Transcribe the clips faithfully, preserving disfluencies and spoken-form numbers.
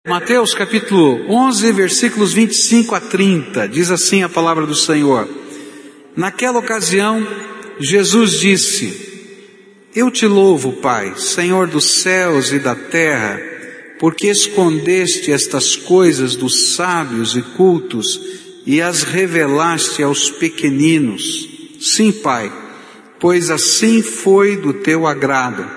Mateus capítulo onze, versículos vinte e cinco a trinta, diz assim a palavra do Senhor. Naquela ocasião, Jesus disse: Eu te louvo, Pai, Senhor dos céus e da terra, porque escondeste estas coisas dos sábios e cultos e as revelaste aos pequeninos. Sim, Pai, pois assim foi do teu agrado.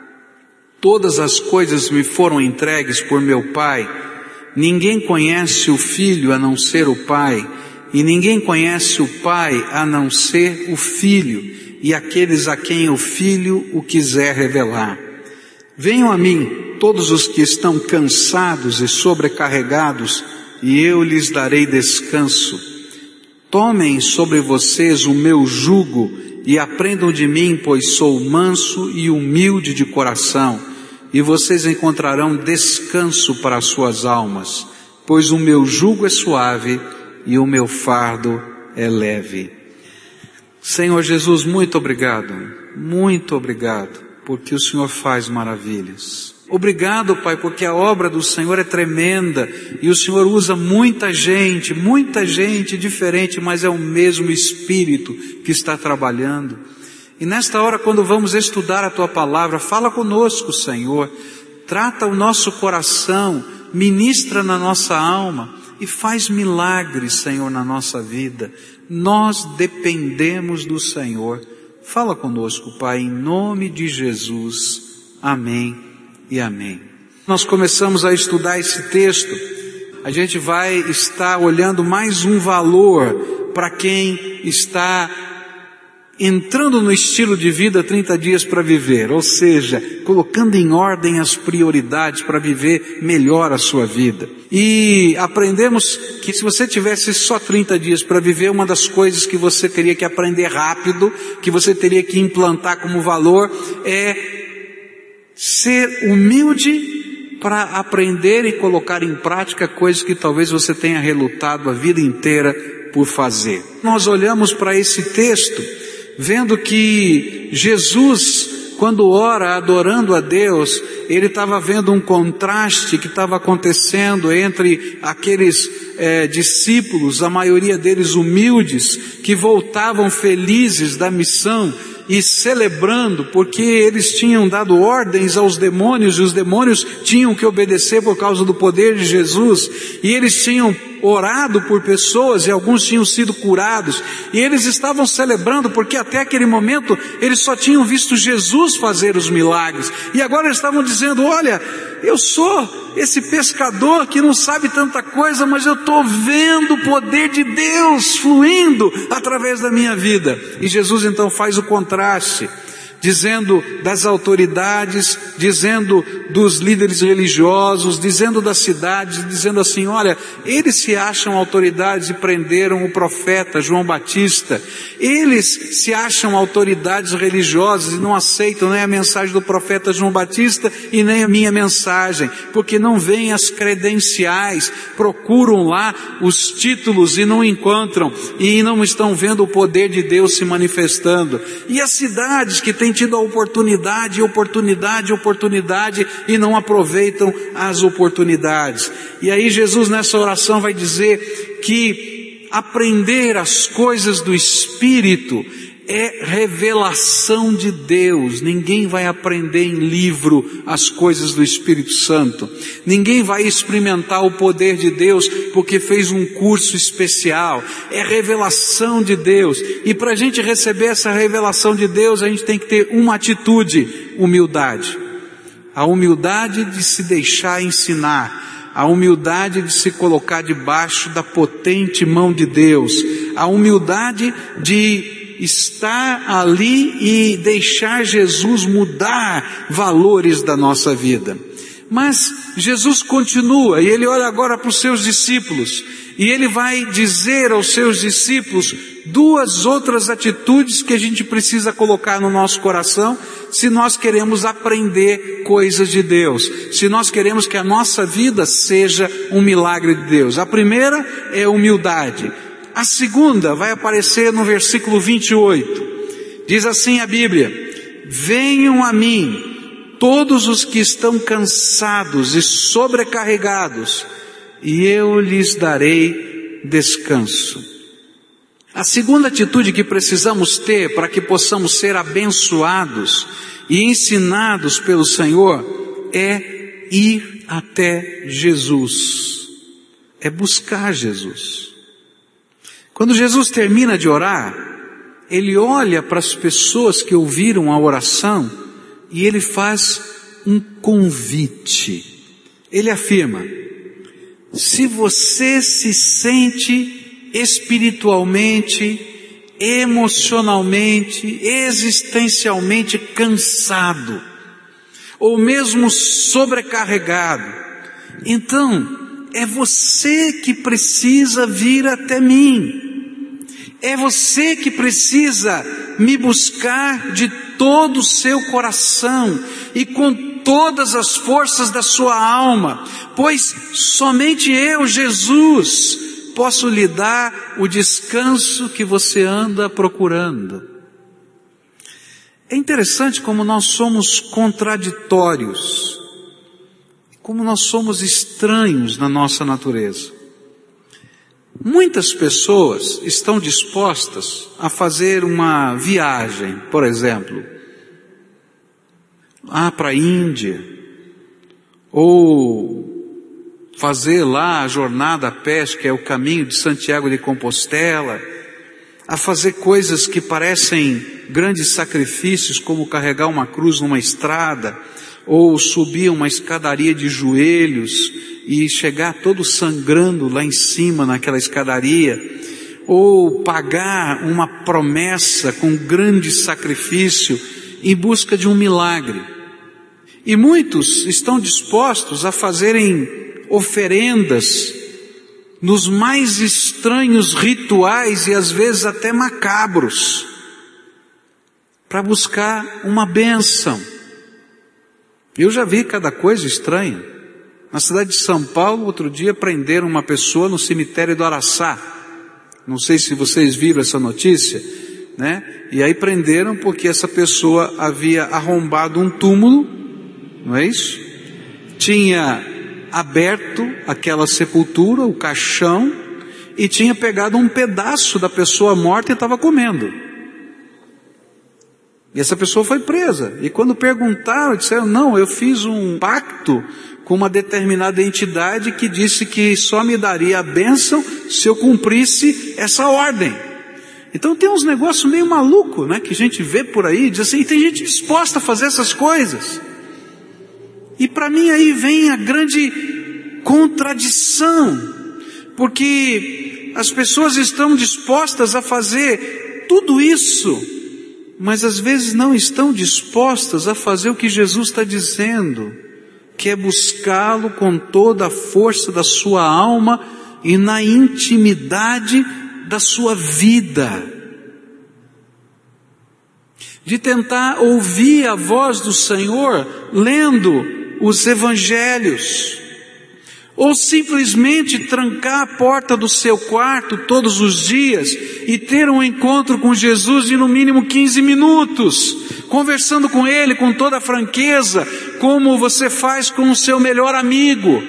Todas as coisas me foram entregues por meu Pai. Ninguém conhece o Filho a não ser o Pai, e ninguém conhece o Pai a não ser o Filho, e aqueles a quem o Filho o quiser revelar. Venham a mim, todos os que estão cansados e sobrecarregados, e eu lhes darei descanso. Tomem sobre vocês o meu jugo, e aprendam de mim, pois sou manso e humilde de coração, e vocês encontrarão descanso para as suas almas, pois o meu jugo é suave e o meu fardo é leve. Senhor Jesus, muito obrigado, muito obrigado, porque o Senhor faz maravilhas. Obrigado, Pai, porque a obra do Senhor é tremenda, e o Senhor usa muita gente, muita gente diferente, mas é o mesmo Espírito que está trabalhando. E nesta hora, quando vamos estudar a Tua palavra, fala conosco, Senhor, trata o nosso coração, ministra na nossa alma e faz milagres, Senhor, na nossa vida. Nós dependemos do Senhor. Fala conosco, Pai, em nome de Jesus. Amém e amém. Nós começamos a estudar esse texto. A gente vai estar olhando mais um valor para quem está entrando no estilo de vida trinta dias para viver, ou seja, colocando em ordem as prioridades para viver melhor a sua vida. E aprendemos que se você tivesse só trinta dias para viver, uma das coisas que você teria que aprender rápido, que você teria que implantar como valor, é ser humilde para aprender e colocar em prática coisas que talvez você tenha relutado a vida inteira por fazer. Nós olhamos para esse texto vendo que Jesus, quando ora adorando a Deus, ele estava vendo um contraste que estava acontecendo entre aqueles é, discípulos, a maioria deles humildes, que voltavam felizes da missão e celebrando, porque eles tinham dado ordens aos demônios, e os demônios tinham que obedecer por causa do poder de Jesus, e eles tinham orado por pessoas, e alguns tinham sido curados, e eles estavam celebrando, porque até aquele momento, eles só tinham visto Jesus fazer os milagres, e agora eles estavam dizendo: olha, eu sou esse pescador que não sabe tanta coisa, mas eu estou vendo o poder de Deus fluindo através da minha vida. E Jesus então faz o contraste, dizendo das autoridades, dizendo dos líderes religiosos, dizendo das cidades, dizendo assim: olha, eles se acham autoridades e prenderam o profeta João Batista, eles se acham autoridades religiosas e não aceitam nem a mensagem do profeta João Batista e nem a minha mensagem, porque não veem as credenciais, procuram lá os títulos e não encontram, e não estão vendo o poder de Deus se manifestando. E as cidades que têm tido a oportunidade, oportunidade, oportunidade e não aproveitam as oportunidades. E aí Jesus nessa oração vai dizer que aprender as coisas do Espírito é revelação de Deus. Ninguém vai aprender em livro as coisas do Espírito Santo. Ninguém vai experimentar o poder de Deus porque fez um curso especial. É revelação de Deus. E para a gente receber essa revelação de Deus, a gente tem que ter uma atitude: humildade. A humildade de se deixar ensinar. A humildade de se colocar debaixo da potente mão de Deus. A humildade de estar ali e deixar Jesus mudar valores da nossa vida. Mas Jesus continua, e ele olha agora para os seus discípulos, e ele vai dizer aos seus discípulos duas outras atitudes que a gente precisa colocar no nosso coração, se nós queremos aprender coisas de Deus, se nós queremos que a nossa vida seja um milagre de Deus. A primeira é humildade. A segunda vai aparecer no versículo vinte e oito. Diz assim a Bíblia: venham a mim todos os que estão cansados e sobrecarregados, e eu lhes darei descanso. A segunda atitude que precisamos ter para que possamos ser abençoados e ensinados pelo Senhor é ir até Jesus, é buscar Jesus. Quando Jesus termina de orar, ele olha para as pessoas que ouviram a oração e ele faz um convite. Ele afirma: se você se sente espiritualmente, emocionalmente, existencialmente cansado, ou mesmo sobrecarregado, então é você que precisa vir até mim. É você que precisa me buscar de todo o seu coração e com todas as forças da sua alma, pois somente eu, Jesus, posso lhe dar o descanso que você anda procurando. É interessante como nós somos contraditórios, como nós somos estranhos na nossa natureza. Muitas pessoas estão dispostas a fazer uma viagem, por exemplo, lá para a Índia, ou fazer lá a jornada a pé, que é o caminho de Santiago de Compostela, a fazer coisas que parecem grandes sacrifícios, como carregar uma cruz numa estrada, ou subir uma escadaria de joelhos e chegar todo sangrando lá em cima naquela escadaria, ou pagar uma promessa com grande sacrifício em busca de um milagre. E muitos estão dispostos a fazerem oferendas nos mais estranhos rituais e às vezes até macabros, para buscar uma bênção. Eu já vi cada coisa estranha. Na cidade de São Paulo, outro dia prenderam uma pessoa no cemitério do Araçá. Não sei se vocês viram essa notícia, né? E aí prenderam porque essa pessoa havia arrombado um túmulo, não é isso? Tinha aberto aquela sepultura, o caixão, e tinha pegado um pedaço da pessoa morta e estava comendo. E essa pessoa foi presa. E quando perguntaram, disseram: não, eu fiz um pacto com uma determinada entidade que disse que só me daria a bênção se eu cumprisse essa ordem. Então tem uns negócios meio malucos, né, que a gente vê por aí, diz assim, e tem gente disposta a fazer essas coisas. E para mim aí vem a grande contradição, porque as pessoas estão dispostas a fazer tudo isso, mas às vezes não estão dispostas a fazer o que Jesus está dizendo, que é buscá-lo com toda a força da sua alma e na intimidade da sua vida. De tentar ouvir a voz do Senhor lendo os evangelhos, ou simplesmente trancar a porta do seu quarto todos os dias e ter um encontro com Jesus de no mínimo quinze minutos, conversando com Ele com toda a franqueza, como você faz com o seu melhor amigo.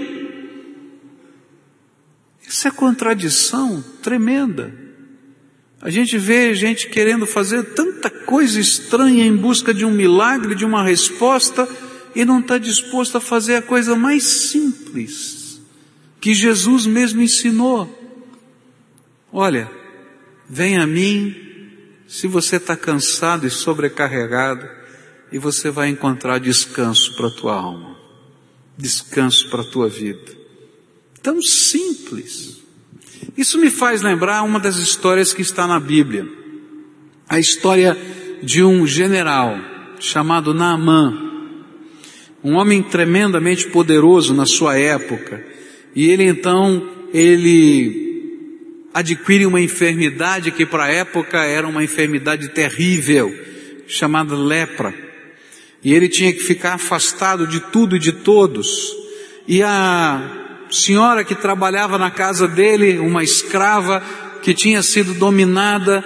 Isso é contradição tremenda. A gente vê gente querendo fazer tanta coisa estranha em busca de um milagre, de uma resposta, e não está disposto a fazer a coisa mais simples que Jesus mesmo ensinou. Olha, vem a mim se você está cansado e sobrecarregado, e você vai encontrar descanso para a tua alma, descanso para a tua vida. Tão simples. Isso me faz lembrar uma das histórias que está na Bíblia, a história de um general chamado Naamã, um homem tremendamente poderoso na sua época. E ele então, ele adquire uma enfermidade que para a época era uma enfermidade terrível, chamada lepra. E ele tinha que ficar afastado de tudo e de todos. E a senhora que trabalhava na casa dele, uma escrava que tinha sido dominada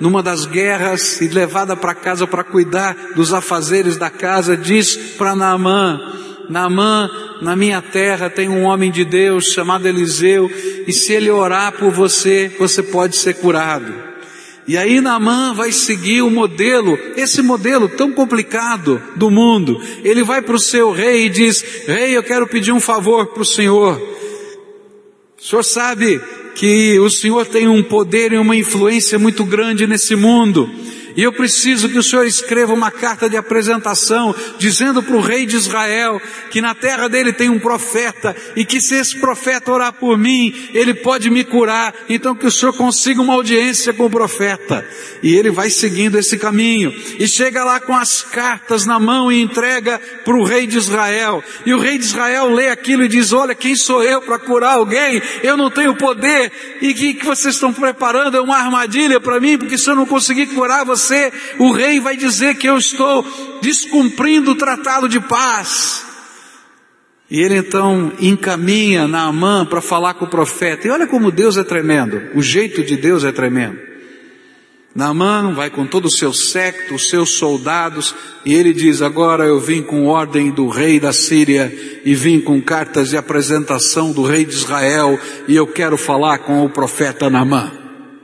numa das guerras e levada para casa para cuidar dos afazeres da casa, diz para Naamã: Naamã, na minha terra tem um homem de Deus chamado Eliseu, e se ele orar por você, você pode ser curado. E aí Naamã vai seguir o modelo, esse modelo tão complicado do mundo. Ele vai para o seu rei e diz: rei, eu quero pedir um favor para o senhor. O senhor sabe que o senhor tem um poder e uma influência muito grande nesse mundo, e eu preciso que o senhor escreva uma carta de apresentação, dizendo para o rei de Israel, que na terra dele tem um profeta, e que se esse profeta orar por mim, ele pode me curar, então que o senhor consiga uma audiência com o profeta. E ele vai seguindo esse caminho, e chega lá com as cartas na mão e entrega para o rei de Israel, e o rei de Israel lê aquilo e diz: olha, quem sou eu para curar alguém? Eu não tenho poder, e o que, que vocês estão preparando é uma armadilha para mim, porque se eu não conseguir curar você, Você, o rei vai dizer que eu estou descumprindo o tratado de paz. E ele então encaminha Naamã para falar com o profeta. E olha como Deus é tremendo, o jeito de Deus é tremendo. Naamã vai com todo o seu séquito, os seus soldados, e ele diz: agora eu vim com ordem do rei da Síria, e vim com cartas de apresentação do rei de Israel, e eu quero falar com o profeta Naamã.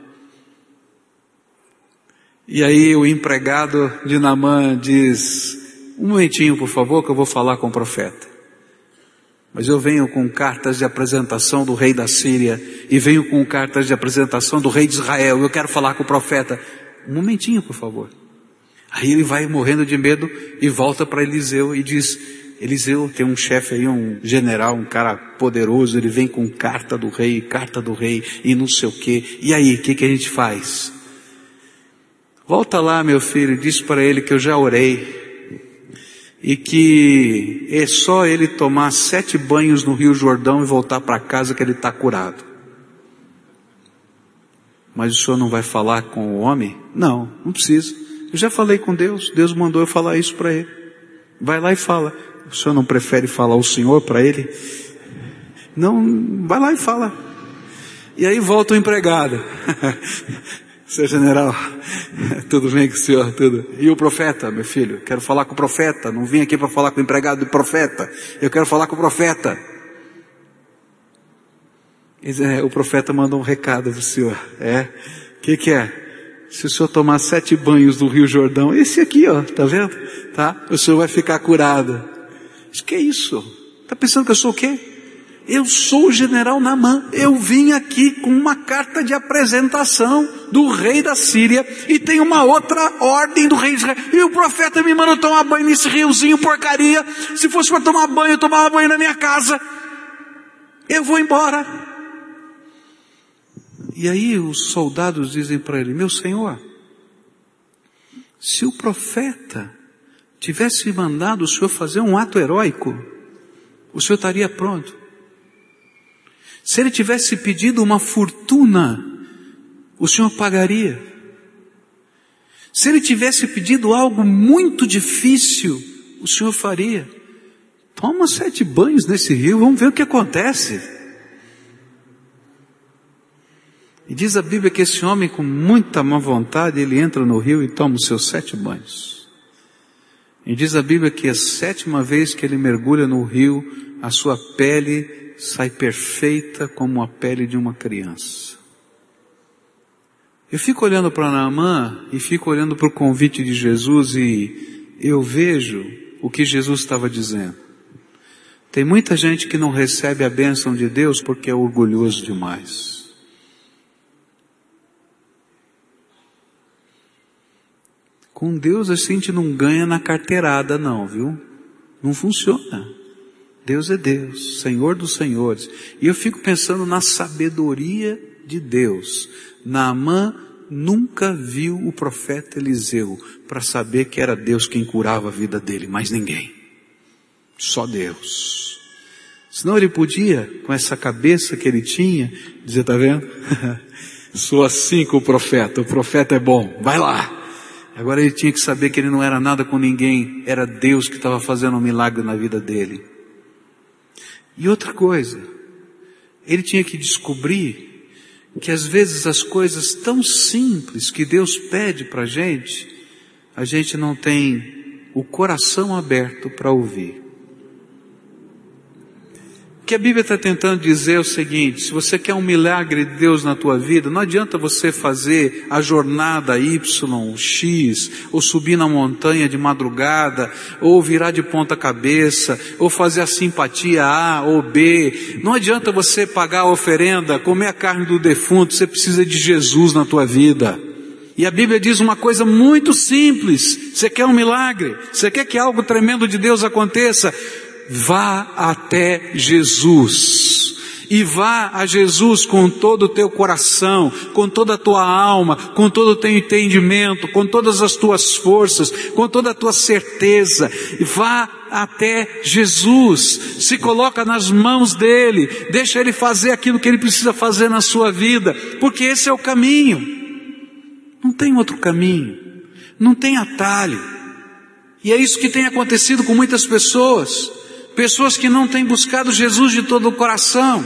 E aí o empregado de Naamã diz: um momentinho por favor, que eu vou falar com o profeta. Mas eu venho com cartas de apresentação do rei da Síria, e venho com cartas de apresentação do rei de Israel, eu quero falar com o profeta. Um momentinho por favor. Aí ele vai morrendo de medo e volta para Eliseu e diz: Eliseu, tem um chefe aí, um general, um cara poderoso, ele vem com carta do rei, carta do rei, e não sei o quê. E aí, o que, que a gente faz? Volta lá, meu filho, diz para ele que eu já orei, e que é só ele tomar sete banhos no Rio Jordão e voltar para casa que ele está curado. Mas o senhor não vai falar com o homem? Não, não precisa. Eu já falei com Deus, Deus mandou eu falar isso para ele. Vai lá e fala. O senhor não prefere falar o senhor para ele? Não, vai lá e fala. E aí volta o empregado. Seu general, tudo bem com o senhor? Tudo. E o profeta, meu filho? Quero falar com o profeta. Não vim aqui para falar com o empregado do profeta. Eu quero falar com o profeta. É, o profeta mandou um recado para o senhor. É? O que, que é? Se o senhor tomar sete banhos do Rio Jordão, esse aqui, ó, tá vendo? Tá? O senhor vai ficar curado. Mas que é isso? Tá pensando que eu sou o quê? Eu sou o general Naamã. Eu vim aqui com uma carta de apresentação do rei da Síria, e tem uma outra ordem do rei de Israel. E o profeta me manda tomar banho nesse riozinho porcaria. Se fosse para tomar banho, eu tomava banho na minha casa. Eu vou embora. E aí os soldados dizem para ele: meu senhor, se o profeta tivesse mandado o senhor fazer um ato heróico, o senhor estaria pronto. Se ele tivesse pedido uma fortuna, o senhor pagaria. Se ele tivesse pedido algo muito difícil, o senhor faria. Toma sete banhos nesse rio, vamos ver o que acontece. E diz a Bíblia que esse homem, com muita má vontade, ele entra no rio e toma os seus sete banhos. E diz a Bíblia que a sétima vez que ele mergulha no rio, a sua pele sai perfeita como a pele de uma criança. Eu fico olhando para Naamã e fico olhando para o convite de Jesus, e eu vejo o que Jesus estava dizendo. Tem muita gente que não recebe a bênção de Deus porque é orgulhoso demais. Com Deus a gente não ganha na carteirada não, viu? Não funciona. Deus é Deus, Senhor dos senhores. E eu fico pensando na sabedoria de Deus. Naamã nunca viu o profeta Eliseu para saber que era Deus quem curava a vida dele, mais ninguém. Só Deus. Senão ele podia, com essa cabeça que ele tinha, dizer: tá vendo? Sou assim com o profeta, o profeta é bom, vai lá. Agora ele tinha que saber que ele não era nada com ninguém, era Deus que estava fazendo um milagre na vida dele. E outra coisa, ele tinha que descobrir que às vezes as coisas tão simples que Deus pede para a gente, a gente não tem o coração aberto para ouvir. O que a Bíblia está tentando dizer é o seguinte: se você quer um milagre de Deus na tua vida, não adianta você fazer a jornada Y, X, ou subir na montanha de madrugada, ou virar de ponta cabeça, ou fazer a simpatia A ou B. Não adianta você pagar a oferenda, comer a carne do defunto. Você precisa de Jesus na tua vida. E a Bíblia diz uma coisa muito simples: você quer um milagre, você quer que algo tremendo de Deus aconteça, vá até Jesus, e vá a Jesus com todo o teu coração, com toda a tua alma, com todo o teu entendimento, com todas as tuas forças, com toda a tua certeza. Vá até Jesus, se coloca nas mãos dele, deixa ele fazer aquilo que ele precisa fazer na sua vida, porque esse é o caminho. Não tem outro caminho, não tem atalho. E é isso que tem acontecido com muitas pessoas. Pessoas que não têm buscado Jesus de todo o coração.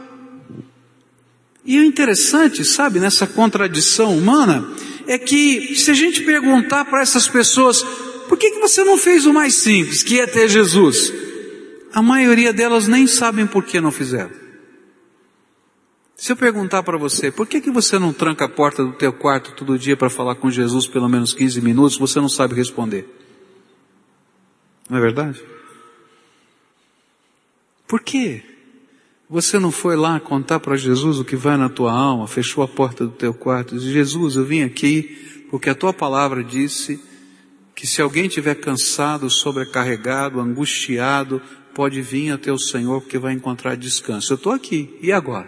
E o interessante, sabe, nessa contradição humana, é que se a gente perguntar para essas pessoas: por que que você não fez o mais simples, que é ter Jesus? A maioria delas nem sabem por que não fizeram. Se eu perguntar para você: por que que você não tranca a porta do teu quarto todo dia para falar com Jesus pelo menos quinze minutos, você não sabe responder. Não é verdade? Por quê? Você não foi lá contar para Jesus o que vai na tua alma, fechou a porta do teu quarto e disse: Jesus, eu vim aqui porque a tua palavra disse que se alguém estiver cansado, sobrecarregado, angustiado, pode vir até o Senhor porque vai encontrar descanso. Eu estou aqui, e agora?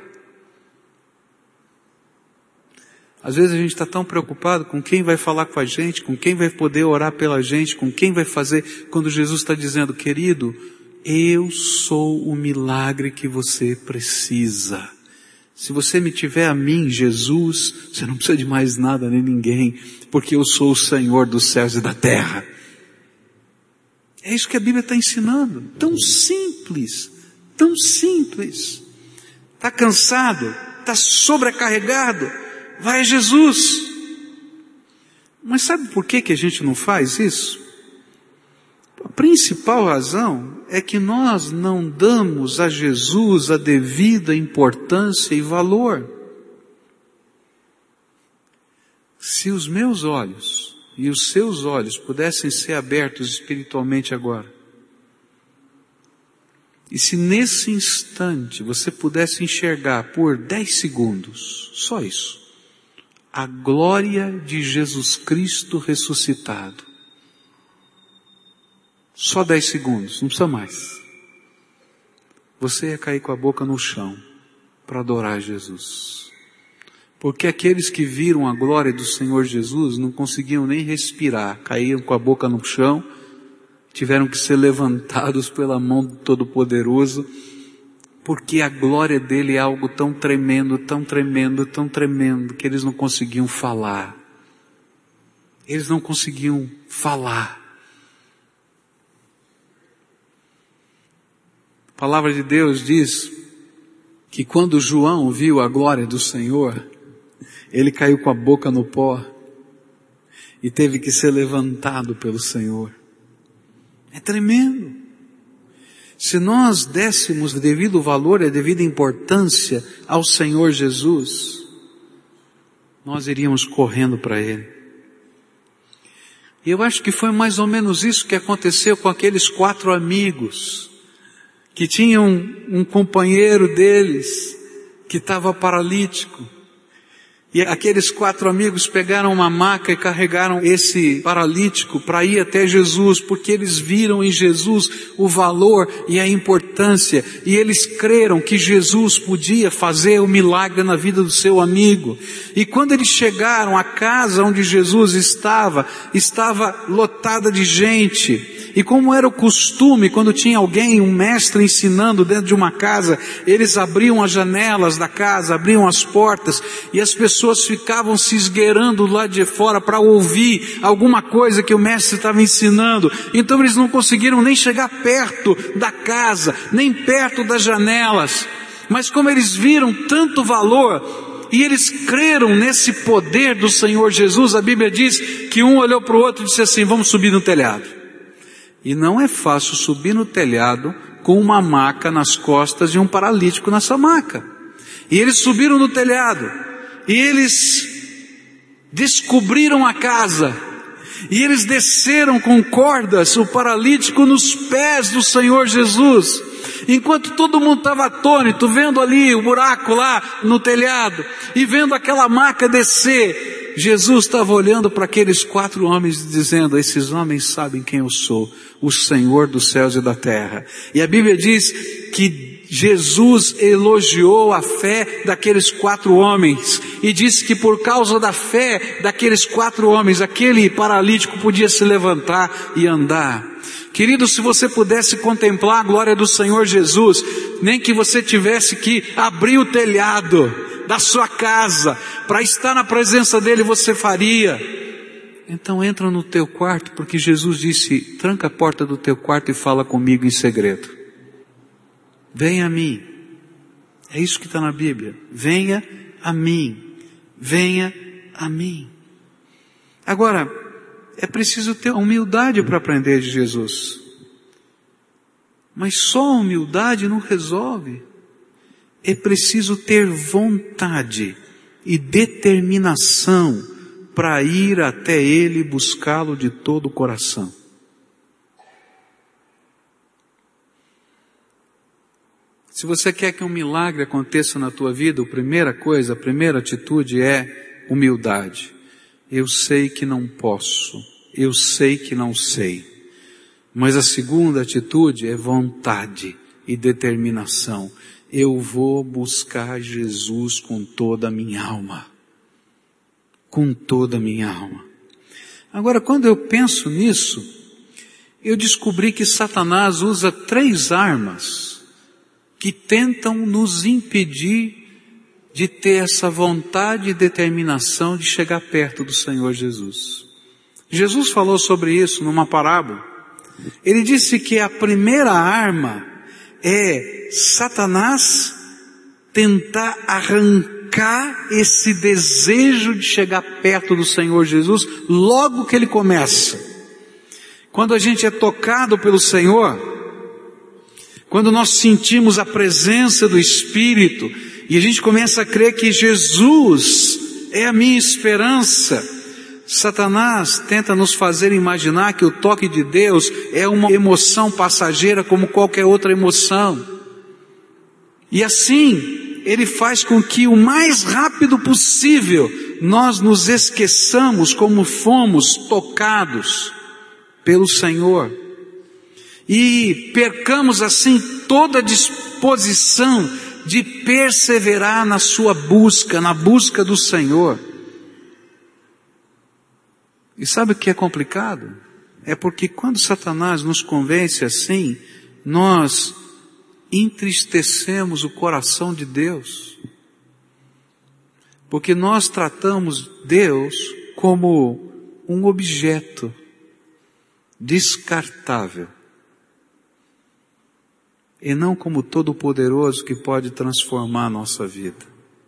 Às vezes a gente está tão preocupado com quem vai falar com a gente, com quem vai poder orar pela gente, com quem vai fazer, quando Jesus está dizendo: querido, eu sou o milagre que você precisa. Se você me tiver a mim, Jesus, você não precisa de mais nada nem ninguém, porque eu sou o Senhor dos céus e da terra. É isso que a Bíblia está ensinando. Tão simples, tão simples. Está cansado, está sobrecarregado, vai a Jesus. Mas sabe por que que a gente não faz isso? A principal razão é que nós não damos a Jesus a devida importância e valor. Se os meus olhos e os seus olhos pudessem ser abertos espiritualmente agora, e se nesse instante você pudesse enxergar por dez segundos, só isso, a glória de Jesus Cristo ressuscitado, só dez segundos, não precisa mais, você ia cair com a boca no chão para adorar Jesus. Porque aqueles que viram a glória do Senhor Jesus não conseguiam nem respirar, caíam com a boca no chão, tiveram que ser levantados pela mão do Todo-Poderoso, porque a glória dele é algo tão tremendo, tão tremendo, tão tremendo, que eles não conseguiam falar. Eles não conseguiam falar. A palavra de Deus diz que quando João viu a glória do Senhor, ele caiu com a boca no pó e teve que ser levantado pelo Senhor. É tremendo. Se nós dessemos devido valor e devida importância ao Senhor Jesus, nós iríamos correndo para Ele. E eu acho que foi mais ou menos isso que aconteceu com aqueles quatro amigos que tinham um, um companheiro deles que estava paralítico. E aqueles quatro amigos pegaram uma maca e carregaram esse paralítico para ir até Jesus, porque eles viram em Jesus o valor e a importância, e eles creram que Jesus podia fazer o milagre na vida do seu amigo. E quando eles chegaram à casa onde Jesus estava, estava lotada de gente. E como era o costume, quando tinha alguém, um mestre ensinando dentro de uma casa, eles abriam as janelas da casa, abriam as portas, e as pessoas ficavam se esgueirando lá de fora para ouvir alguma coisa que o mestre estava ensinando. Então eles não conseguiram nem chegar perto da casa, nem perto das janelas. Mas como eles viram tanto valor, e eles creram nesse poder do Senhor Jesus. A Bíblia diz que um olhou para o outro e disse assim: vamos subir no telhado. E não é fácil subir no telhado com uma maca nas costas e um paralítico nessa maca. E eles subiram no telhado, e eles descobriram a casa, e eles desceram com cordas o paralítico nos pés do Senhor Jesus. Enquanto todo mundo estava atônito, vendo ali o buraco lá no telhado, e vendo aquela maca descer, Jesus estava olhando para aqueles quatro homens e dizendo: esses homens sabem quem eu sou, o Senhor dos céus e da terra. E a Bíblia diz que Jesus elogiou a fé daqueles quatro homens, e disse que por causa da fé daqueles quatro homens, aquele paralítico podia se levantar e andar. Querido, se você pudesse contemplar a glória do Senhor Jesus, nem que você tivesse que abrir o telhado da sua casa para estar na presença dele, você faria. Então entra no teu quarto, porque Jesus disse: tranca a porta do teu quarto e fala comigo em segredo. Venha a mim. É isso que está na Bíblia. Venha a mim. Venha a mim. Agora, é preciso ter humildade para aprender de Jesus. Mas só a humildade não resolve. É preciso ter vontade e determinação para ir até Ele e buscá-lo de todo o coração. Se você quer que um milagre aconteça na tua vida, a primeira coisa, a primeira atitude é humildade. Eu sei que não posso, eu sei que não sei. Mas a segunda atitude é vontade e determinação. Eu vou buscar Jesus com toda a minha alma. Com toda a minha alma. Agora, quando eu penso nisso, eu descobri que Satanás usa três armas que tentam nos impedir de ter essa vontade e determinação de chegar perto do Senhor Jesus. Jesus falou sobre isso numa parábola. Ele disse que a primeira arma é Satanás tentar arrancar esse desejo de chegar perto do Senhor Jesus logo que ele começa. Quando a gente é tocado pelo Senhor, quando nós sentimos a presença do Espírito, e a gente começa a crer que Jesus é a minha esperança, Satanás tenta nos fazer imaginar que o toque de Deus é uma emoção passageira como qualquer outra emoção. E assim, ele faz com que o mais rápido possível nós nos esqueçamos como fomos tocados pelo Senhor. E percamos assim toda a disposição de perseverar na sua busca, na busca do Senhor. E sabe o que é complicado? É porque quando Satanás nos convence assim, nós entristecemos o coração de Deus. Porque nós tratamos Deus como um objeto descartável. E não como todo-poderoso que pode transformar a nossa vida.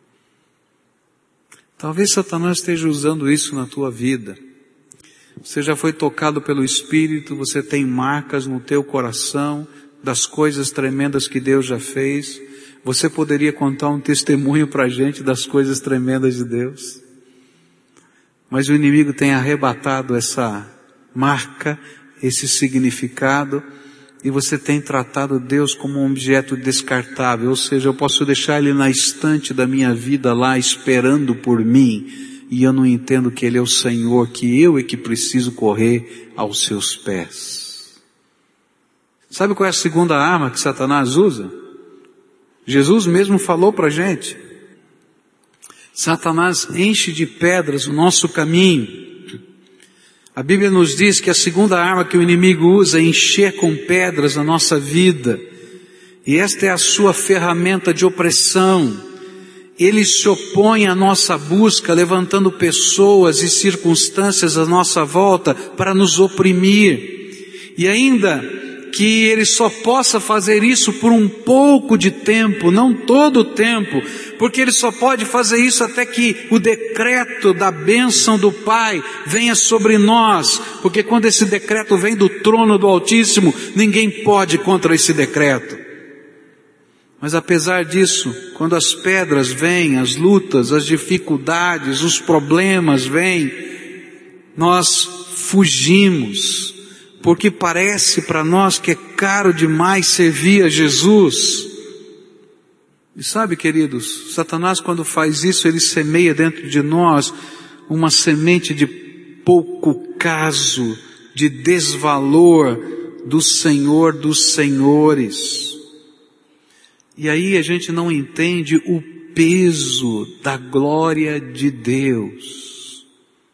Talvez Satanás esteja usando isso na tua vida. Você já foi tocado pelo Espírito, você tem marcas no teu coração das coisas tremendas que Deus já fez. Você poderia contar um testemunho para a gente das coisas tremendas de Deus. Mas o inimigo tem arrebatado essa marca, esse significado, e você tem tratado Deus como um objeto descartável, ou seja, eu posso deixar Ele na estante da minha vida lá esperando por mim, e eu não entendo que Ele é o Senhor, que eu é que preciso correr aos seus pés. Sabe qual é a segunda arma que Satanás usa? Jesus mesmo falou para a gente. Satanás enche de pedras o nosso caminho. A Bíblia nos diz que a segunda arma que o inimigo usa é encher com pedras a nossa vida. E esta é a sua ferramenta de opressão. Ele se opõe à nossa busca, levantando pessoas e circunstâncias à nossa volta para nos oprimir. E ainda que ele só possa fazer isso por um pouco de tempo, não todo o tempo, porque ele só pode fazer isso até que o decreto da bênção do Pai venha sobre nós, porque quando esse decreto vem do trono do Altíssimo, ninguém pode contra esse decreto. Mas apesar disso, quando as pedras vêm, as lutas, as dificuldades, os problemas vêm, nós fugimos, porque parece para nós que é caro demais servir a Jesus. E sabe, queridos, Satanás, quando faz isso, ele semeia dentro de nós uma semente de pouco caso, de desvalor do Senhor dos Senhores. E aí a gente não entende o peso da glória de Deus.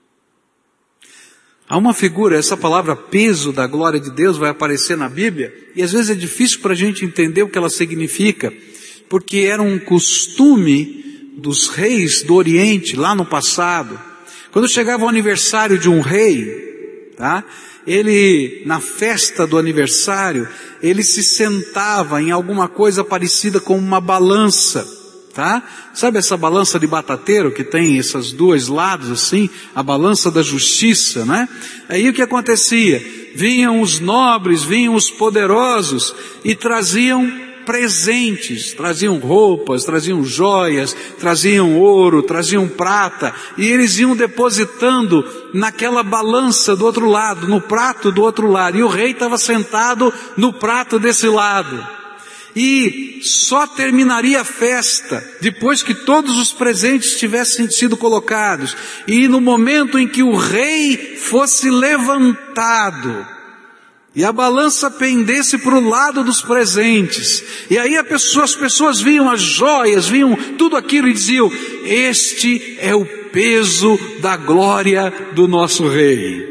Há uma figura, essa palavra peso da glória de Deus vai aparecer na Bíblia, e às vezes é difícil para a gente entender o que ela significa, porque era um costume dos reis do Oriente, lá no passado. Quando chegava o aniversário de um rei, tá? Ele, na festa do aniversário, ele se sentava em alguma coisa parecida com uma balança, tá? Sabe essa balança de batateiro que tem esses dois lados assim? A balança da justiça, né? Aí o que acontecia? Vinham os nobres, vinham os poderosos e traziam presentes, traziam roupas, traziam joias, traziam ouro, traziam prata, e eles iam depositando naquela balança do outro lado, no prato do outro lado, e o rei estava sentado no prato desse lado. E só terminaria a festa depois que todos os presentes tivessem sido colocados, e no momento em que o rei fosse levantado, e a balança pendesse para o lado dos presentes, e aí a pessoa, as pessoas viam as joias, viam tudo aquilo e diziam: este é o peso da glória do nosso rei.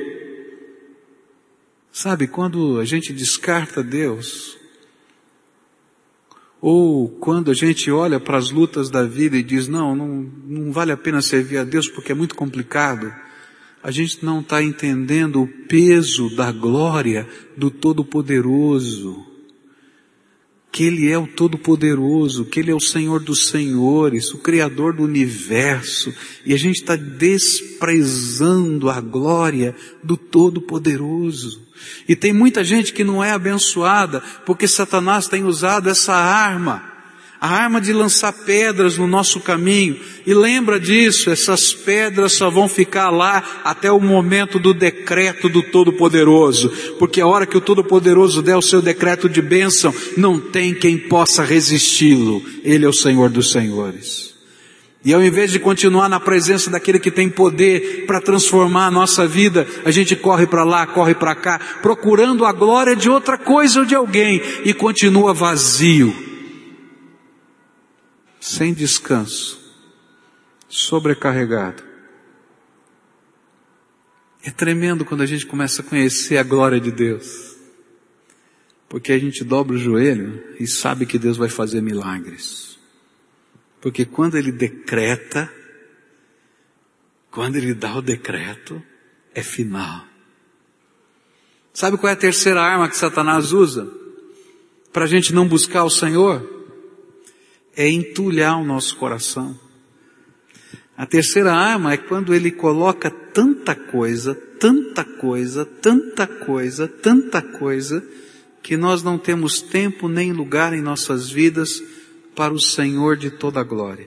Sabe, quando a gente descarta Deus, ou quando a gente olha para as lutas da vida e diz, não, não, não vale a pena servir a Deus porque é muito complicado, a gente não está entendendo o peso da glória do Todo-Poderoso, que Ele é o Todo-Poderoso, que Ele é o Senhor dos Senhores, o Criador do Universo, e a gente está desprezando a glória do Todo-Poderoso. E tem muita gente que não é abençoada, porque Satanás tem usado essa arma, a arma de lançar pedras no nosso caminho. E lembra disso, essas pedras só vão ficar lá até o momento do decreto do Todo-Poderoso, porque a hora que o Todo-Poderoso der o seu decreto de bênção, não tem quem possa resisti-lo. Ele é o Senhor dos Senhores. E ao invés de continuar na presença daquele que tem poder para transformar a nossa vida, a gente corre para lá, corre para cá, procurando a glória de outra coisa ou de alguém, e continua vazio, sem descanso, sobrecarregado. É tremendo quando a gente começa a conhecer a glória de Deus, porque a gente dobra o joelho e sabe que Deus vai fazer milagres. Porque quando Ele decreta, quando Ele dá o decreto, é final. Sabe qual é a terceira arma que Satanás usa para a gente não buscar o Senhor? É entulhar o nosso coração. A terceira arma é quando ele coloca tanta coisa, tanta coisa, tanta coisa, tanta coisa, que nós não temos tempo nem lugar em nossas vidas para o Senhor de toda a glória.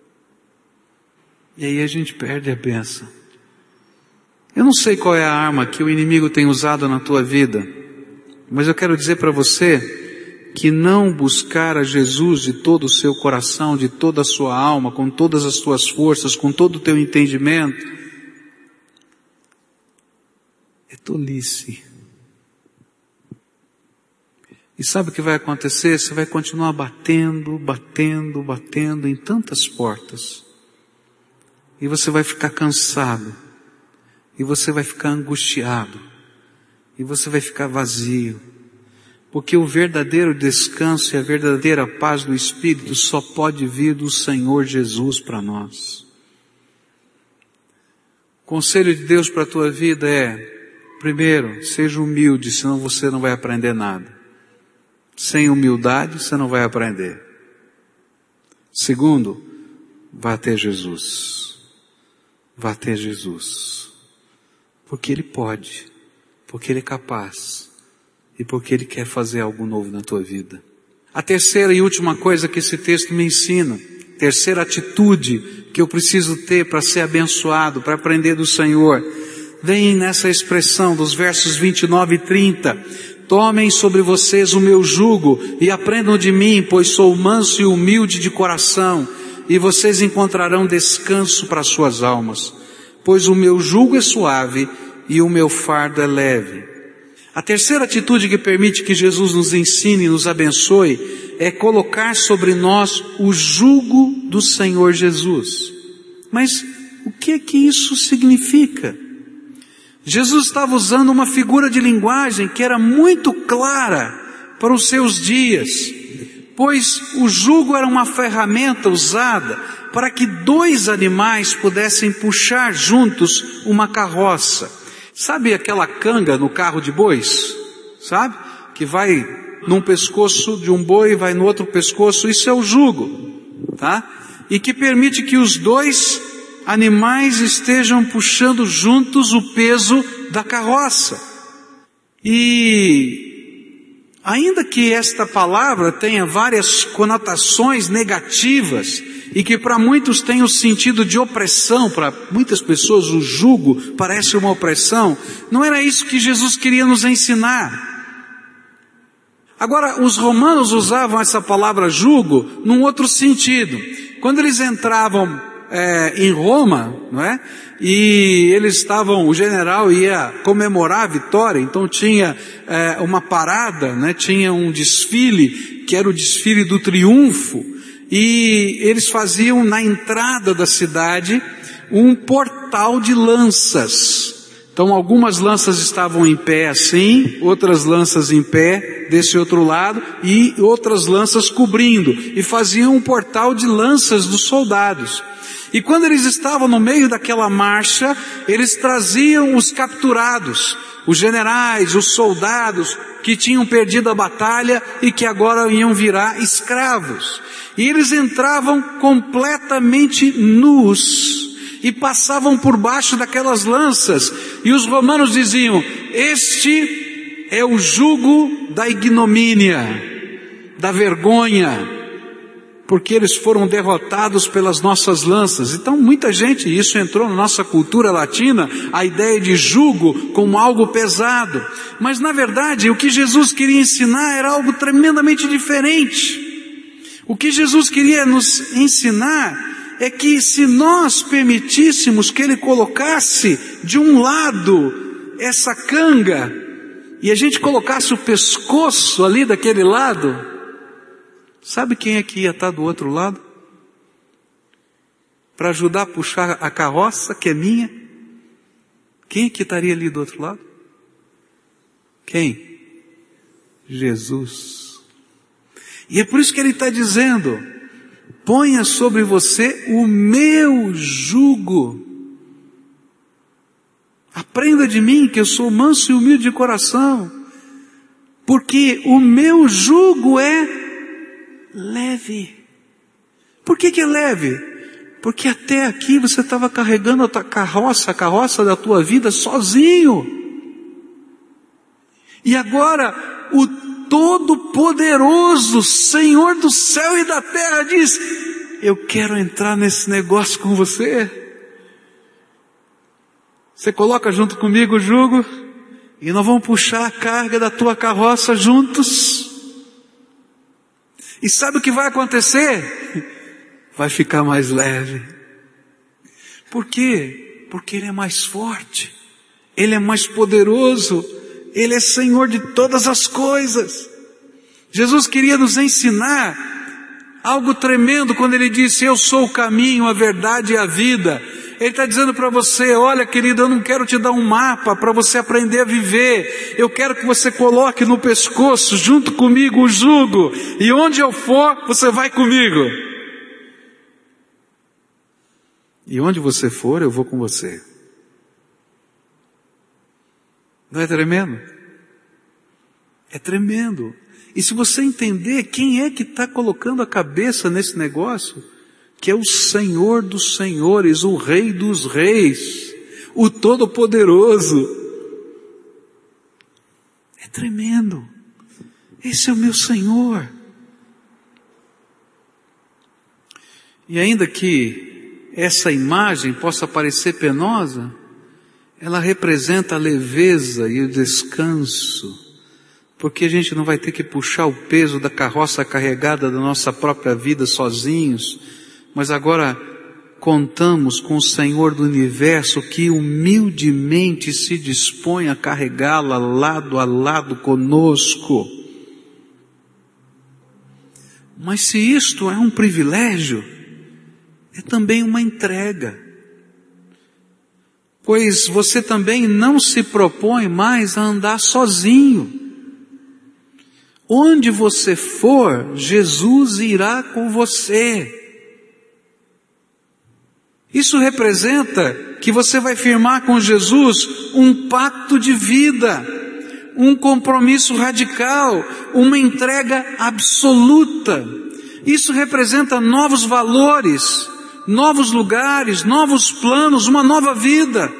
E aí a gente perde a bênção. Eu não sei qual é a arma que o inimigo tem usado na tua vida, mas eu quero dizer para você que não buscar a Jesus de todo o seu coração, de toda a sua alma, com todas as tuas forças, com todo o teu entendimento, é tolice. E sabe o que vai acontecer? Você vai continuar batendo, batendo, batendo em tantas portas. E você vai ficar cansado. E você vai ficar angustiado. E você vai ficar vazio. Porque o verdadeiro descanso e a verdadeira paz do Espírito só pode vir do Senhor Jesus para nós. O conselho de Deus para a tua vida é, primeiro, seja humilde, senão você não vai aprender nada. Sem humildade você não vai aprender. Segundo, vá até Jesus. Vá até Jesus. Porque Ele pode, porque Ele é capaz e porque Ele quer fazer algo novo na tua vida. A terceira e última coisa que esse texto me ensina, terceira atitude que eu preciso ter para ser abençoado, para aprender do Senhor, vem nessa expressão dos versos vinte e nove e trinta. Tomem sobre vocês o meu jugo e aprendam de mim, pois sou manso e humilde de coração, e vocês encontrarão descanso para suas almas, pois o meu jugo é suave e o meu fardo é leve. A terceira atitude que permite que Jesus nos ensine e nos abençoe é colocar sobre nós o jugo do Senhor Jesus. Mas o que é que isso significa? Jesus estava usando uma figura de linguagem que era muito clara para os seus dias, pois o jugo era uma ferramenta usada para que dois animais pudessem puxar juntos uma carroça. Sabe aquela canga no carro de bois? Sabe? Que vai num pescoço de um boi e vai no outro pescoço. Isso é o jugo, tá? E que permite que os dois animais estejam puxando juntos o peso da carroça. E ainda que esta palavra tenha várias conotações negativas e que para muitos tenha o sentido de opressão, para muitas pessoas o jugo parece uma opressão, não era isso que Jesus queria nos ensinar. Agora, os romanos usavam essa palavra jugo num outro sentido. Quando eles entravam é, em Roma, não é? E eles estavam, o general ia comemorar a vitória, então tinha é, uma parada, né? Tinha um desfile, que era o desfile do triunfo, e eles faziam na entrada da cidade um portal de lanças. Então algumas lanças estavam em pé assim, outras lanças em pé desse outro lado e outras lanças cobrindo, e faziam um portal de lanças dos soldados. E quando eles estavam no meio daquela marcha, eles traziam os capturados, os generais, os soldados que tinham perdido a batalha e que agora iam virar escravos. E eles entravam completamente nus e passavam por baixo daquelas lanças, e os romanos diziam: este é o jugo da ignomínia, da vergonha, porque eles foram derrotados pelas nossas lanças. Então muita gente, isso entrou na nossa cultura latina, a ideia de jugo como algo pesado, mas na verdade o que Jesus queria ensinar era algo tremendamente diferente. O que Jesus queria nos ensinar é que se nós permitíssemos que Ele colocasse de um lado essa canga, e a gente colocasse o pescoço ali daquele lado, sabe quem é que ia estar do outro lado? Para ajudar a puxar a carroça, que é minha? Quem é que estaria ali do outro lado? Quem? Jesus. E é por isso que Ele está dizendo: ponha sobre você o meu jugo. Aprenda de mim, que eu sou manso e humilde de coração, porque o meu jugo é leve. Por que que é leve? Porque até aqui você estava carregando a tua carroça, a carroça da tua vida sozinho. E agora o Todo-Poderoso, Senhor do céu e da terra diz: eu quero entrar nesse negócio com você. Você coloca junto comigo o jugo e nós vamos puxar a carga da tua carroça juntos. E sabe o que vai acontecer? Vai ficar mais leve. Por quê? Porque Ele é mais forte, Ele é mais poderoso, Ele é Senhor de todas as coisas. Jesus queria nos ensinar algo tremendo quando Ele disse: eu sou o caminho, a verdade e a vida. Ele está dizendo para você: olha, querido, eu não quero te dar um mapa para você aprender a viver. Eu quero que você coloque no pescoço, junto comigo, o jugo. E onde eu for, você vai comigo. E onde você for, eu vou com você. Não é tremendo? É tremendo. E se você entender quem é que está colocando a cabeça nesse negócio, que é o Senhor dos Senhores, o Rei dos Reis, o Todo-Poderoso. É tremendo. Esse é o meu Senhor. E ainda que essa imagem possa parecer penosa, ela representa a leveza e o descanso, porque a gente não vai ter que puxar o peso da carroça carregada da nossa própria vida sozinhos, mas agora contamos com o Senhor do Universo que humildemente se dispõe a carregá-la lado a lado conosco. Mas se isto é um privilégio, é também uma entrega. Pois você também não se propõe mais a andar sozinho. Onde você for, Jesus irá com você. Isso representa que você vai firmar com Jesus um pacto de vida, um compromisso radical, uma entrega absoluta. Isso representa novos valores, novos lugares, novos planos, uma nova vida.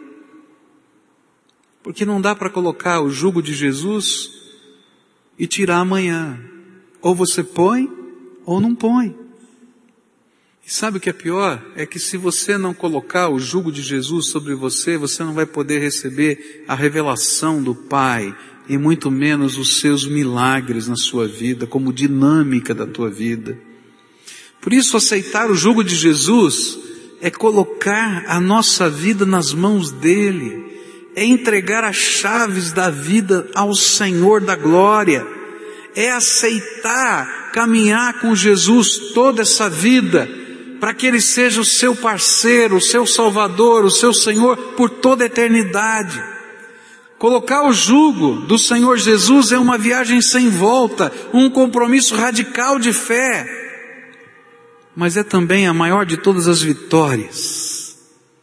Porque não dá para colocar o jugo de Jesus e tirar amanhã. Ou você põe, ou não põe. E sabe o que é pior? É que se você não colocar o jugo de Jesus sobre você, você não vai poder receber a revelação do Pai, e muito menos os seus milagres na sua vida, como dinâmica da tua vida. Por isso, aceitar o jugo de Jesus é colocar a nossa vida nas mãos dele, é entregar as chaves da vida ao Senhor da glória, é aceitar caminhar com Jesus toda essa vida, para que Ele seja o seu parceiro, o seu Salvador, o seu Senhor por toda a eternidade. Colocar o jugo do Senhor Jesus é uma viagem sem volta, um compromisso radical de fé, mas é também a maior de todas as vitórias.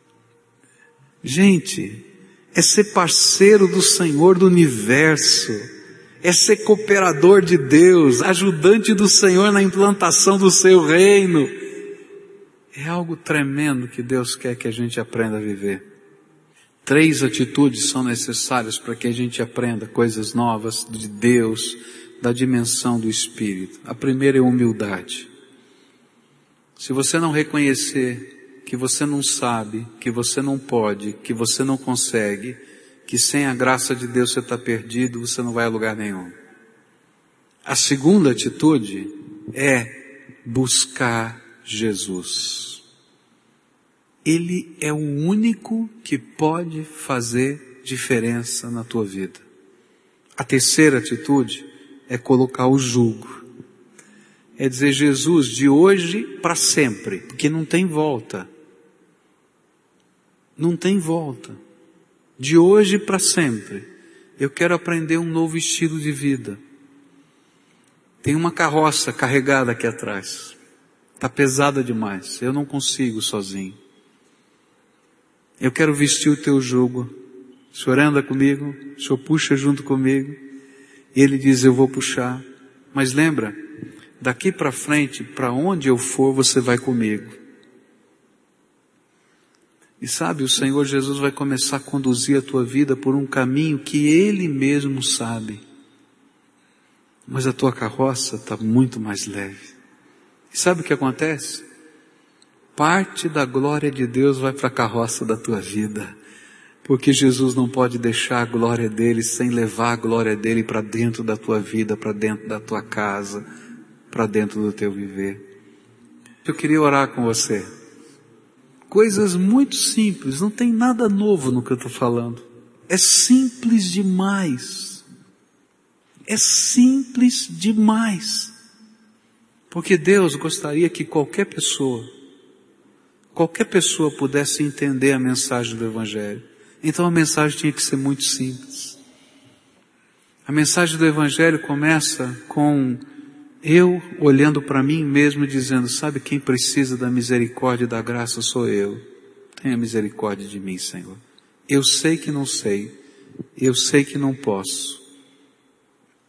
Gente, é ser parceiro do Senhor do Universo, é ser cooperador de Deus, ajudante do Senhor na implantação do seu reino. É algo tremendo que Deus quer que a gente aprenda a viver. Três atitudes são necessárias para que a gente aprenda coisas novas de Deus, da dimensão do Espírito. A primeira é a humildade. Se você não reconhecer que você não sabe, que você não pode, que você não consegue, que sem a graça de Deus você está perdido, você não vai a lugar nenhum. A segunda atitude é buscar Jesus. Ele é o único que pode fazer diferença na tua vida. A terceira atitude é colocar o jugo. É dizer, Jesus, de hoje para sempre, porque não tem volta. Não tem volta. De hoje para sempre, eu quero aprender um novo estilo de vida. Tem uma carroça carregada aqui atrás. Está pesada demais. Eu não consigo sozinho. Eu quero vestir o teu jugo. O Senhor anda comigo, o Senhor puxa junto comigo. E Ele diz, eu vou puxar. Mas lembra, daqui para frente, para onde eu for, você vai comigo. E sabe, o Senhor Jesus vai começar a conduzir a tua vida por um caminho que Ele mesmo sabe. Mas a tua carroça está muito mais leve. E sabe o que acontece? Parte da glória de Deus vai para a carroça da tua vida. Porque Jesus não pode deixar a glória dEle sem levar a glória dEle para dentro da tua vida, para dentro da tua casa, para dentro do teu viver. Eu queria orar com você. Coisas muito simples, não tem nada novo no que eu estou falando. É simples demais. É simples demais. Porque Deus gostaria que qualquer pessoa, qualquer pessoa pudesse entender a mensagem do Evangelho. Então a mensagem tinha que ser muito simples. A mensagem do Evangelho começa com eu olhando para mim mesmo e dizendo, sabe quem precisa da misericórdia e da graça sou eu. Tenha misericórdia de mim, Senhor. Eu sei que não sei. Eu sei que não posso.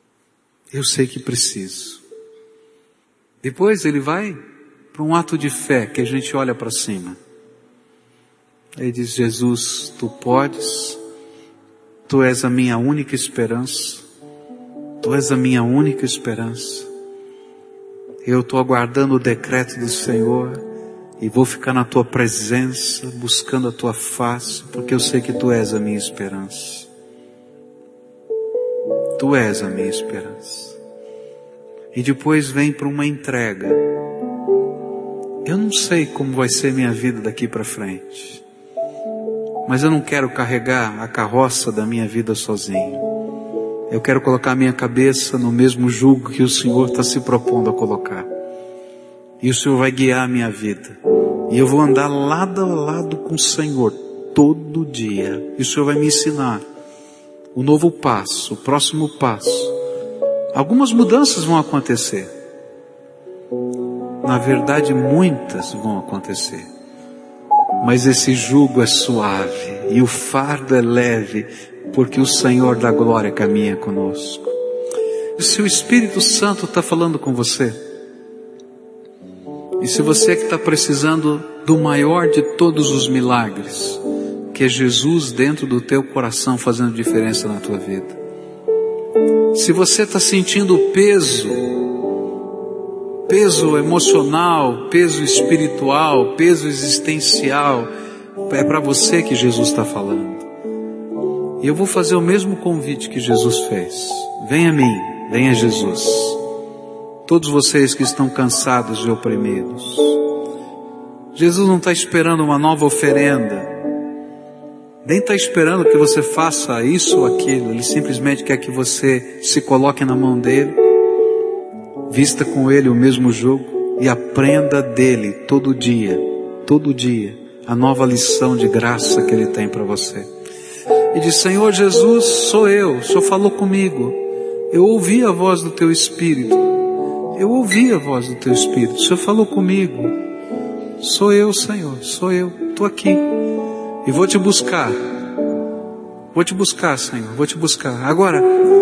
Eu sei que preciso. Depois ele vai para um ato de fé, que a gente olha para cima. Aí diz: Jesus, tu podes, tu és a minha única esperança, tu és a minha única esperança. Eu estou aguardando o decreto do Senhor e vou ficar na tua presença, buscando a tua face, porque eu sei que tu és a minha esperança. Tu és a minha esperança. E depois vem para uma entrega. Eu não sei como vai ser minha vida daqui para frente, mas eu não quero carregar a carroça da minha vida sozinho. Eu quero colocar minha cabeça no mesmo jugo que o Senhor está se propondo a colocar. E o Senhor vai guiar a minha vida. E eu vou andar lado a lado com o Senhor todo dia. E o Senhor vai me ensinar o novo passo, o próximo passo. Algumas mudanças vão acontecer. Na verdade, muitas vão acontecer. Mas esse jugo é suave e o fardo é leve, porque o Senhor da glória caminha conosco. E se o Espírito Santo está falando com você, e se você que está precisando do maior de todos os milagres, que é Jesus dentro do teu coração fazendo diferença na tua vida. Se você está sentindo peso, peso emocional, peso espiritual, peso existencial, é para você que Jesus está falando. E eu vou fazer o mesmo convite que Jesus fez. Venha a mim, venha a Jesus. Todos vocês que estão cansados e oprimidos. Jesus não está esperando uma nova oferenda. Nem está esperando que você faça isso ou aquilo. Ele simplesmente quer que você se coloque na mão dele, vista com ele o mesmo jugo e aprenda dele todo dia, todo dia, a nova lição de graça que ele tem para você. E diz: Senhor Jesus, sou eu, o Senhor falou comigo, eu ouvi a voz do teu Espírito, eu ouvi a voz do teu Espírito, o Senhor falou comigo, sou eu, Senhor, sou eu, estou aqui, e vou te buscar, vou te buscar, Senhor, vou te buscar. Agora,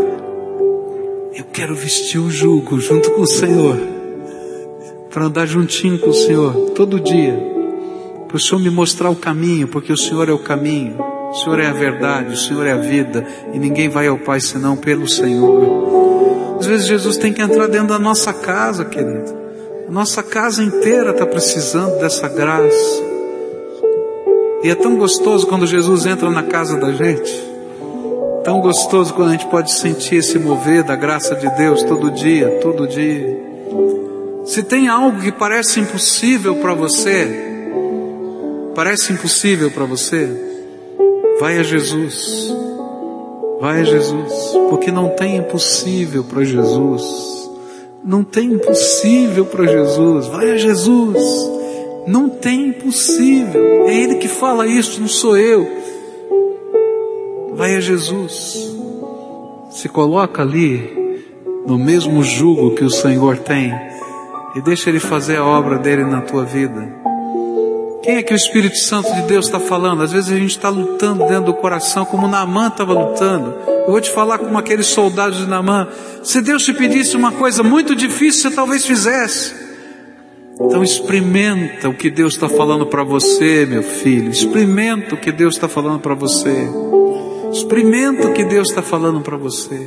eu quero vestir o jugo junto com o Senhor, para andar juntinho com o Senhor, todo dia, para o Senhor me mostrar o caminho, porque o Senhor é o caminho, o Senhor é a verdade, o Senhor é a vida, e ninguém vai ao Pai senão pelo Senhor. Às vezes Jesus tem que entrar dentro da nossa casa, querido. A nossa casa inteira está precisando dessa graça. E é tão gostoso quando Jesus entra na casa da gente. Tão gostoso quando a gente pode sentir esse mover da graça de Deus todo dia, todo dia. Se tem algo que parece impossível para você, parece impossível para você, vai a Jesus, vai a Jesus, porque não tem impossível para Jesus, não tem impossível para Jesus, vai a Jesus, não tem impossível, é Ele que fala isso, não sou eu, vai a Jesus, se coloca ali, no mesmo jugo que o Senhor tem, e deixa Ele fazer a obra dele na tua vida. Quem é que o Espírito Santo de Deus está falando? Às vezes a gente está lutando dentro do coração, como Naamã estava lutando. Eu vou te falar como aqueles soldados de Naamã. Se Deus te pedisse uma coisa muito difícil, você talvez fizesse. Então experimenta o que Deus está falando para você, meu filho. Experimenta o que Deus está falando para você. Experimenta o que Deus está falando para você.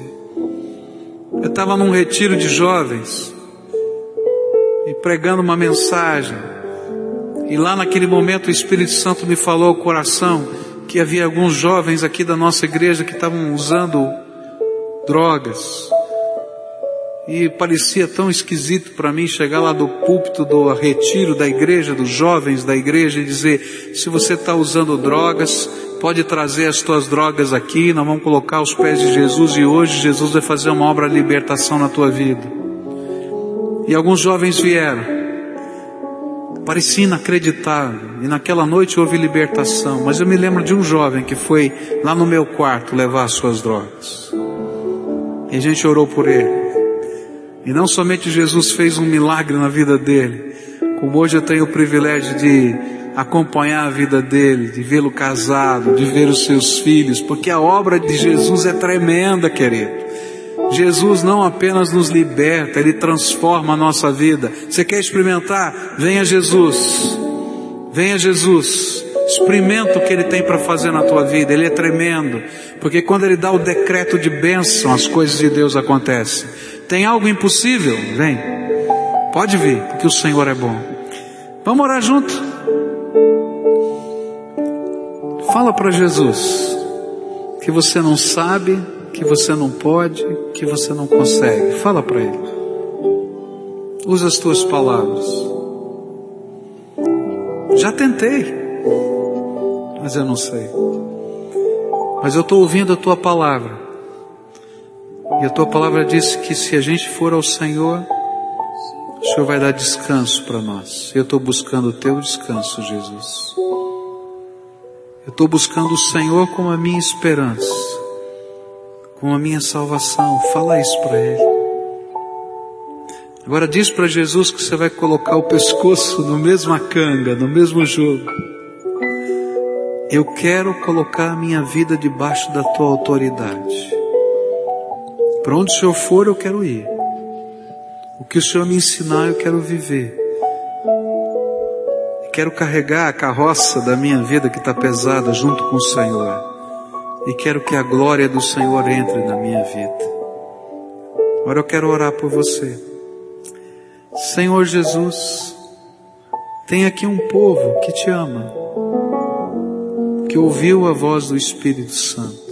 Eu estava num retiro de jovens e pregando uma mensagem. E lá naquele momento o Espírito Santo me falou ao coração que havia alguns jovens aqui da nossa igreja que estavam usando drogas. E parecia tão esquisito para mim chegar lá do púlpito do retiro da igreja, dos jovens da igreja, e dizer: se você está usando drogas, pode trazer as tuas drogas aqui, nós vamos colocar aos pés de Jesus e hoje Jesus vai fazer uma obra de libertação na tua vida. E alguns jovens vieram. Parecia inacreditável, e naquela noite houve libertação, mas eu me lembro de um jovem que foi lá no meu quarto levar as suas drogas, e a gente orou por ele, e não somente Jesus fez um milagre na vida dele, como hoje eu tenho o privilégio de acompanhar a vida dele, de vê-lo casado, de ver os seus filhos, porque a obra de Jesus é tremenda, querido. Jesus não apenas nos liberta, Ele transforma a nossa vida. Você quer experimentar? Venha Jesus. Venha Jesus. Experimenta o que Ele tem para fazer na tua vida. Ele é tremendo, porque quando Ele dá o decreto de bênção, as coisas de Deus acontecem. Tem algo impossível? Vem. Pode vir, porque o Senhor é bom. Vamos orar junto? Fala para Jesus que você não sabe, que você não pode, que você não consegue. Fala para Ele. Usa as tuas palavras. Já tentei, mas eu não sei. Mas eu estou ouvindo a tua palavra. E a tua palavra diz que se a gente for ao Senhor, o Senhor vai dar descanso para nós. Eu estou buscando o teu descanso, Jesus. Eu estou buscando o Senhor como a minha esperança, como a minha salvação. Fala isso para Ele. Agora diz para Jesus que você vai colocar o pescoço no mesma canga, no mesmo jogo. Eu quero colocar a minha vida debaixo da tua autoridade. Para onde o Senhor for, eu quero ir. O que o Senhor me ensinar, eu quero viver. Quero carregar a carroça da minha vida que está pesada junto com o Senhor. E quero que a glória do Senhor entre na minha vida. Agora eu quero orar por você. Senhor Jesus, tem aqui um povo que te ama, que ouviu a voz do Espírito Santo.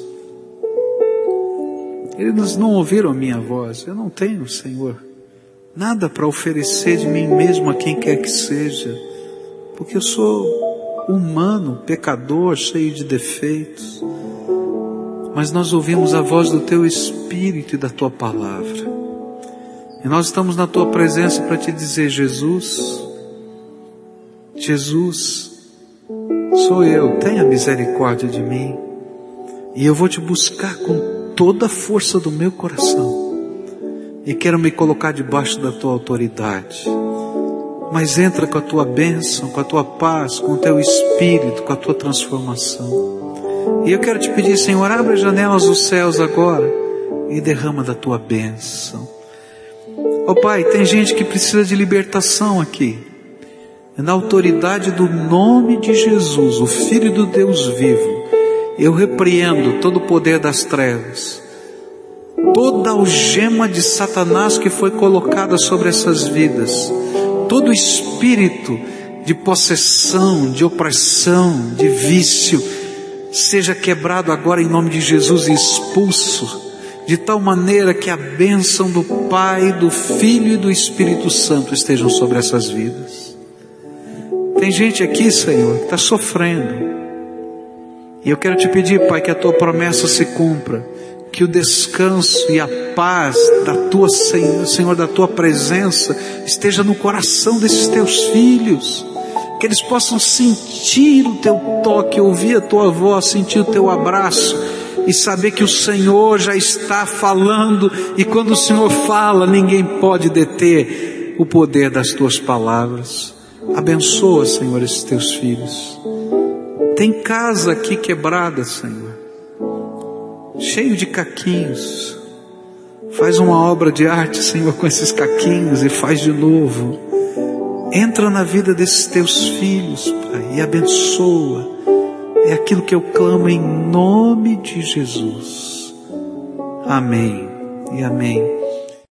Eles não ouviram a minha voz. Eu não tenho, Senhor, nada para oferecer de mim mesmo a quem quer que seja, porque eu sou humano, pecador, cheio de defeitos. Mas nós ouvimos a voz do Teu Espírito e da Tua Palavra. E nós estamos na Tua presença para Te dizer: Jesus, Jesus, sou eu, tenha misericórdia de mim. E eu vou Te buscar com toda a força do meu coração. E quero me colocar debaixo da Tua autoridade. Mas entra com a Tua bênção, com a Tua paz, com o Teu Espírito, com a Tua transformação. E eu quero Te pedir, Senhor, abre as janelas dos céus agora e derrama da Tua bênção. Ó Pai, tem gente que precisa de libertação aqui. E na autoridade do nome de Jesus, o Filho do Deus vivo, eu repreendo todo o poder das trevas, toda algema de Satanás que foi colocada sobre essas vidas, todo espírito de possessão, de opressão, de vício, seja quebrado agora em nome de Jesus e expulso, de tal maneira que a bênção do Pai, do Filho e do Espírito Santo estejam sobre essas vidas. Tem gente aqui, Senhor, que está sofrendo. E eu quero Te pedir, Pai, que a Tua promessa se cumpra, que o descanso e a paz da Tua, Senhor, da Tua presença esteja no coração desses Teus filhos, que eles possam sentir o Teu toque, ouvir a Tua voz, sentir o Teu abraço e saber que o Senhor já está falando, e quando o Senhor fala, ninguém pode deter o poder das Tuas palavras. Abençoa, Senhor, esses Teus filhos. Tem casa aqui quebrada, Senhor, cheio de caquinhos. Faz uma obra de arte, Senhor, com esses caquinhos e faz de novo. Entra na vida desses Teus filhos, Pai, e abençoa. É aquilo que eu clamo em nome de Jesus. Amém e amém.